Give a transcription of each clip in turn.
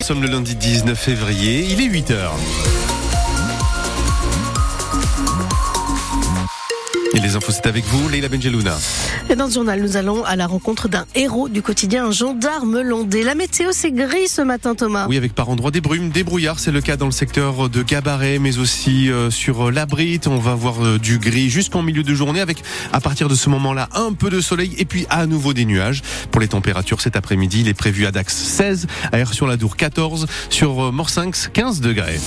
sommes le lundi 19 février, il est 8h. Et les infos, c'est avec vous, Leïla Benjelouna. Et dans ce journal, nous allons à la rencontre d'un héros du quotidien, un gendarme landais. La météo, c'est gris ce matin, Thomas. Oui, avec par endroits des brumes, des brouillards. C'est le cas dans le secteur de Gabaret, mais aussi sur la Brite. On va avoir du gris jusqu'en milieu de journée avec, à partir de ce moment-là, un peu de soleil et puis à nouveau des nuages. Pour les températures, cet après-midi, il est prévu à Dax 16, à Aire-sur-la-Dour 14, sur Morsinx 15 degrés.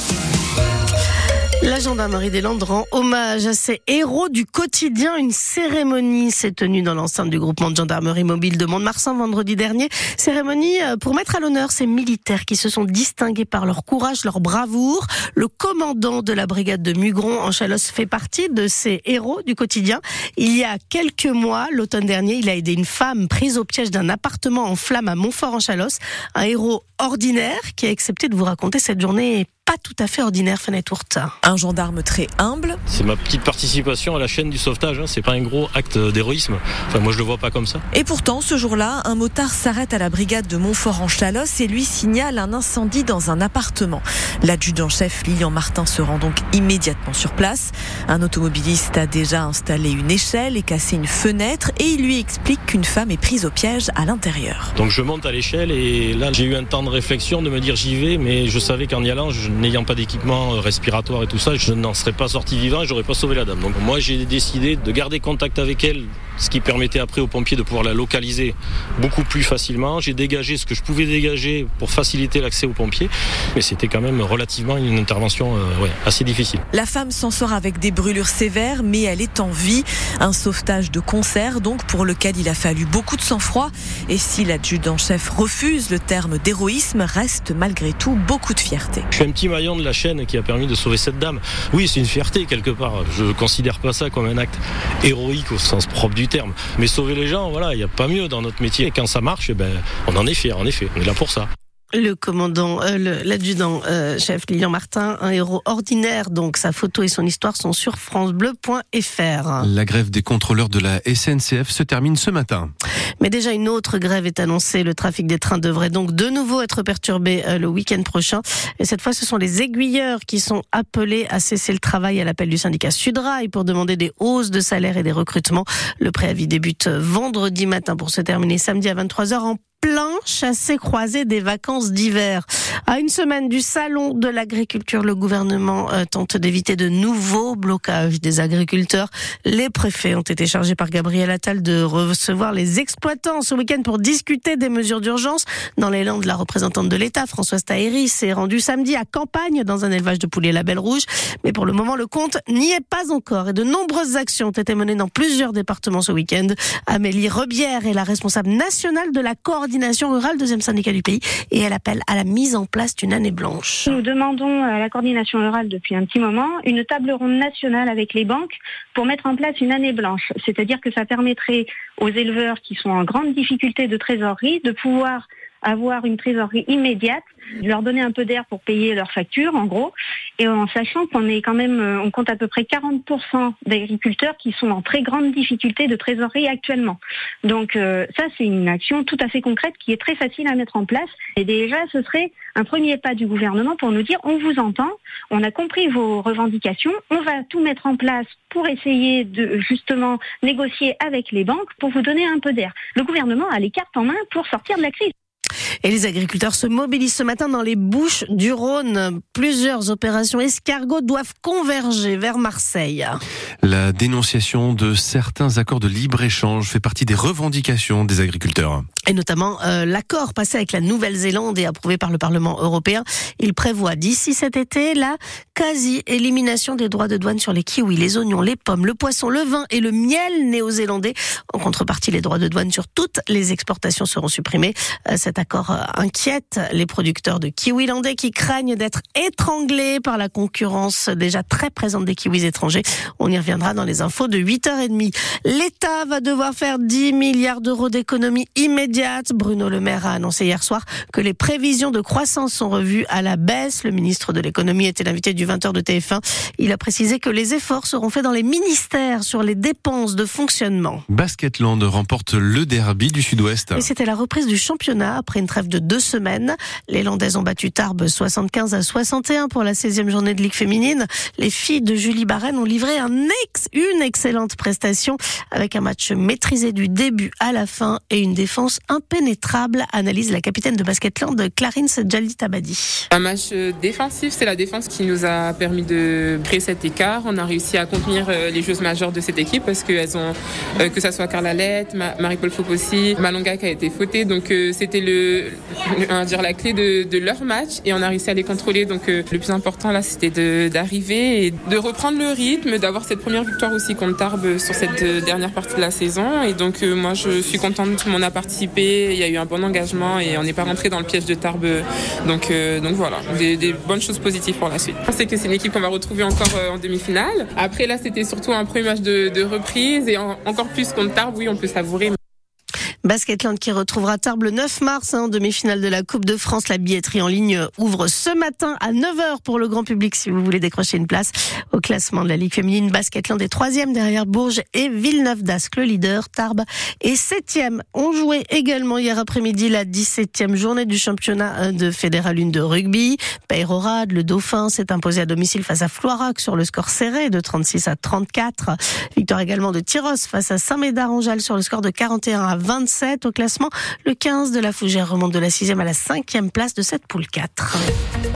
La gendarmerie des Landes rend hommage à ces héros du quotidien. Une cérémonie s'est tenue dans l'enceinte du groupement de gendarmerie mobile de Mont-de-Marsan vendredi dernier. Cérémonie pour mettre à l'honneur ces militaires qui se sont distingués par leur courage, leur bravoure. Le commandant de la brigade de Mugron en Chalosse fait partie de ces héros du quotidien. Il y a quelques mois, l'automne dernier, il a aidé une femme prise au piège d'un appartement en flammes à Montfort en Chalosse. Un héros ordinaire qui a accepté de vous raconter cette journée pas tout à fait ordinaire, Fanny Tourte. Un gendarme très humble. C'est ma petite participation à la chaîne du sauvetage, c'est pas un gros acte d'héroïsme. Enfin, moi je le vois pas comme ça. Et pourtant, ce jour-là, un motard s'arrête à la brigade de Montfort en Chalosse et lui signale un incendie dans un appartement. L'adjudant-chef Lilian Martin se rend donc immédiatement sur place. Un automobiliste a déjà installé une échelle et cassé une fenêtre et il lui explique qu'une femme est prise au piège à l'intérieur. Donc je monte à l'échelle et là j'ai eu un temps de réflexion de me dire j'y vais, mais je savais qu'en y allant, n'ayant pas d'équipement respiratoire et tout ça, je n'en serais pas sorti vivant et j'aurais pas sauvé la dame. Donc moi j'ai décidé de garder contact avec elle, ce qui permettait après aux pompiers de pouvoir la localiser beaucoup plus facilement. J'ai dégagé ce que je pouvais dégager pour faciliter l'accès aux pompiers, mais c'était quand même relativement une intervention assez difficile. La femme s'en sort avec des brûlures sévères, mais elle est en vie. Un sauvetage de concert, donc, pour lequel il a fallu beaucoup de sang-froid. Et si l'adjudant-chef refuse le terme d'héroïsme, reste malgré tout beaucoup de fierté. Je suis un petit maillon de la chaîne qui a permis de sauver cette dame. Oui, c'est une fierté quelque part. Je ne considère pas ça comme un acte héroïque au sens propre du terme. Mais sauver les gens, il n'y a pas mieux dans notre métier. Et quand ça marche, on en est fiers, en effet. On est là pour ça. Le commandant, l'adjudant-chef Lilian Martin, un héros ordinaire, donc sa photo et son histoire sont sur francebleu.fr. La grève des contrôleurs de la SNCF se termine ce matin. Mais déjà une autre grève est annoncée. Le trafic des trains devrait donc de nouveau être perturbé le week-end prochain. Et cette fois, ce sont les aiguilleurs qui sont appelés à cesser le travail à l'appel du syndicat Sudrail pour demander des hausses de salaire et des recrutements. Le préavis débute vendredi matin pour se terminer samedi à 23h en plein chassé-croisé des vacances d'hiver. À une semaine du salon de l'agriculture, le gouvernement tente d'éviter de nouveaux blocages des agriculteurs. Les préfets ont été chargés par Gabriel Attal de recevoir les exploitants ce week-end pour discuter des mesures d'urgence. Dans les Landes, la représentante de l'État, Françoise Tahéry, s'est rendue samedi à Campagne dans un élevage de poulets Label Rouge. Mais pour le moment, le compte n'y est pas encore et de nombreuses actions ont été menées dans plusieurs départements ce week-end. Amélie Rebière est la responsable nationale de la coordination rurale, deuxième syndicat du pays, et elle appelle à la mise en place d'une année blanche. Nous demandons à la coordination rurale depuis un petit moment une table ronde nationale avec les banques pour mettre en place une année blanche. C'est-à-dire que ça permettrait aux éleveurs qui sont en grande difficulté de trésorerie de pouvoir avoir une trésorerie immédiate, leur donner un peu d'air pour payer leurs factures, en gros, et en sachant qu'on est quand même, on compte à peu près 40% d'agriculteurs qui sont en très grande difficulté de trésorerie actuellement. Donc ça, c'est une action tout à fait concrète qui est très facile à mettre en place. Et déjà, ce serait un premier pas du gouvernement pour nous dire on vous entend, on a compris vos revendications, on va tout mettre en place pour essayer de justement négocier avec les banques pour vous donner un peu d'air. Le gouvernement a les cartes en main pour sortir de la crise. Et les agriculteurs se mobilisent ce matin dans les Bouches-du-Rhône. Plusieurs opérations escargots doivent converger vers Marseille. La dénonciation de certains accords de libre-échange fait partie des revendications des agriculteurs. Et notamment l'accord passé avec la Nouvelle-Zélande et approuvé par le Parlement européen. Il prévoit d'ici cet été la quasi-élimination des droits de douane sur les kiwis, les oignons, les pommes, le poisson, le vin et le miel néo-zélandais. En contrepartie, les droits de douane sur toutes les exportations seront supprimés. Cet accord inquiète les producteurs de kiwis landais qui craignent d'être étranglés par la concurrence déjà très présente des kiwis étrangers. On y reviendra dans les infos de 8h30. L'État va devoir faire 10 milliards d'euros d'économies immédiates. Bruno Le Maire a annoncé hier soir que les prévisions de croissance sont revues à la baisse. Le ministre de l'économie était l'invité du 20h de TF1. Il a précisé que les efforts seront faits dans les ministères sur les dépenses de fonctionnement. Basketland remporte le derby du Sud-Ouest. Et c'était la reprise du championnat après une très trêve de 2 semaines. Les Landaises ont battu Tarbes 75-61 pour la 16e journée de Ligue féminine. Les filles de Julie Barène ont livré une excellente prestation avec un match maîtrisé du début à la fin et une défense impénétrable, analyse la capitaine de Basketland, Clarins Djali-Tabadi. Un match défensif, c'est la défense qui nous a permis de créer cet écart. On a réussi à contenir les joueuses majeures de cette équipe parce qu'elles ont, que ça soit Carla Lett, Marie-Paul Fouque aussi, Malonga qui a été fautée. Donc c'était la clé de leur match et on a réussi à les contrôler. Donc le plus important là, c'était d'arriver et de reprendre le rythme, d'avoir cette première victoire aussi contre Tarbes sur cette dernière partie de la saison. Et donc moi je suis contente, tout le monde a participé, il y a eu un bon engagement et on n'est pas rentré dans le piège de Tarbes. Donc voilà, des bonnes choses positives pour la suite. Je sais que c'est une équipe qu'on va retrouver encore en demi-finale. Après là c'était surtout un premier match de reprise et encore plus contre Tarbes, oui on peut savourer. Basketland qui retrouvera Tarbes le 9 mars en demi-finale de la Coupe de France. La billetterie en ligne ouvre ce matin à 9h pour le grand public si vous voulez décrocher une place au classement de la Ligue féminine. Basketland est 3e derrière Bourges et Villeneuve d'Ascq, le leader. Tarbes est 7e. On jouait également hier après-midi la 17e journée du championnat de Fédéral 1 de rugby. Peyrehorade, le Dauphin, s'est imposé à domicile face à Floirac sur le score serré de 36-34. Victoire également de Tyros face à Saint-Médard-en-Jalles sur le score de 41-27. Au classement, le 15 de la Fougère remonte de la 6e à la 5e place de cette poule 4.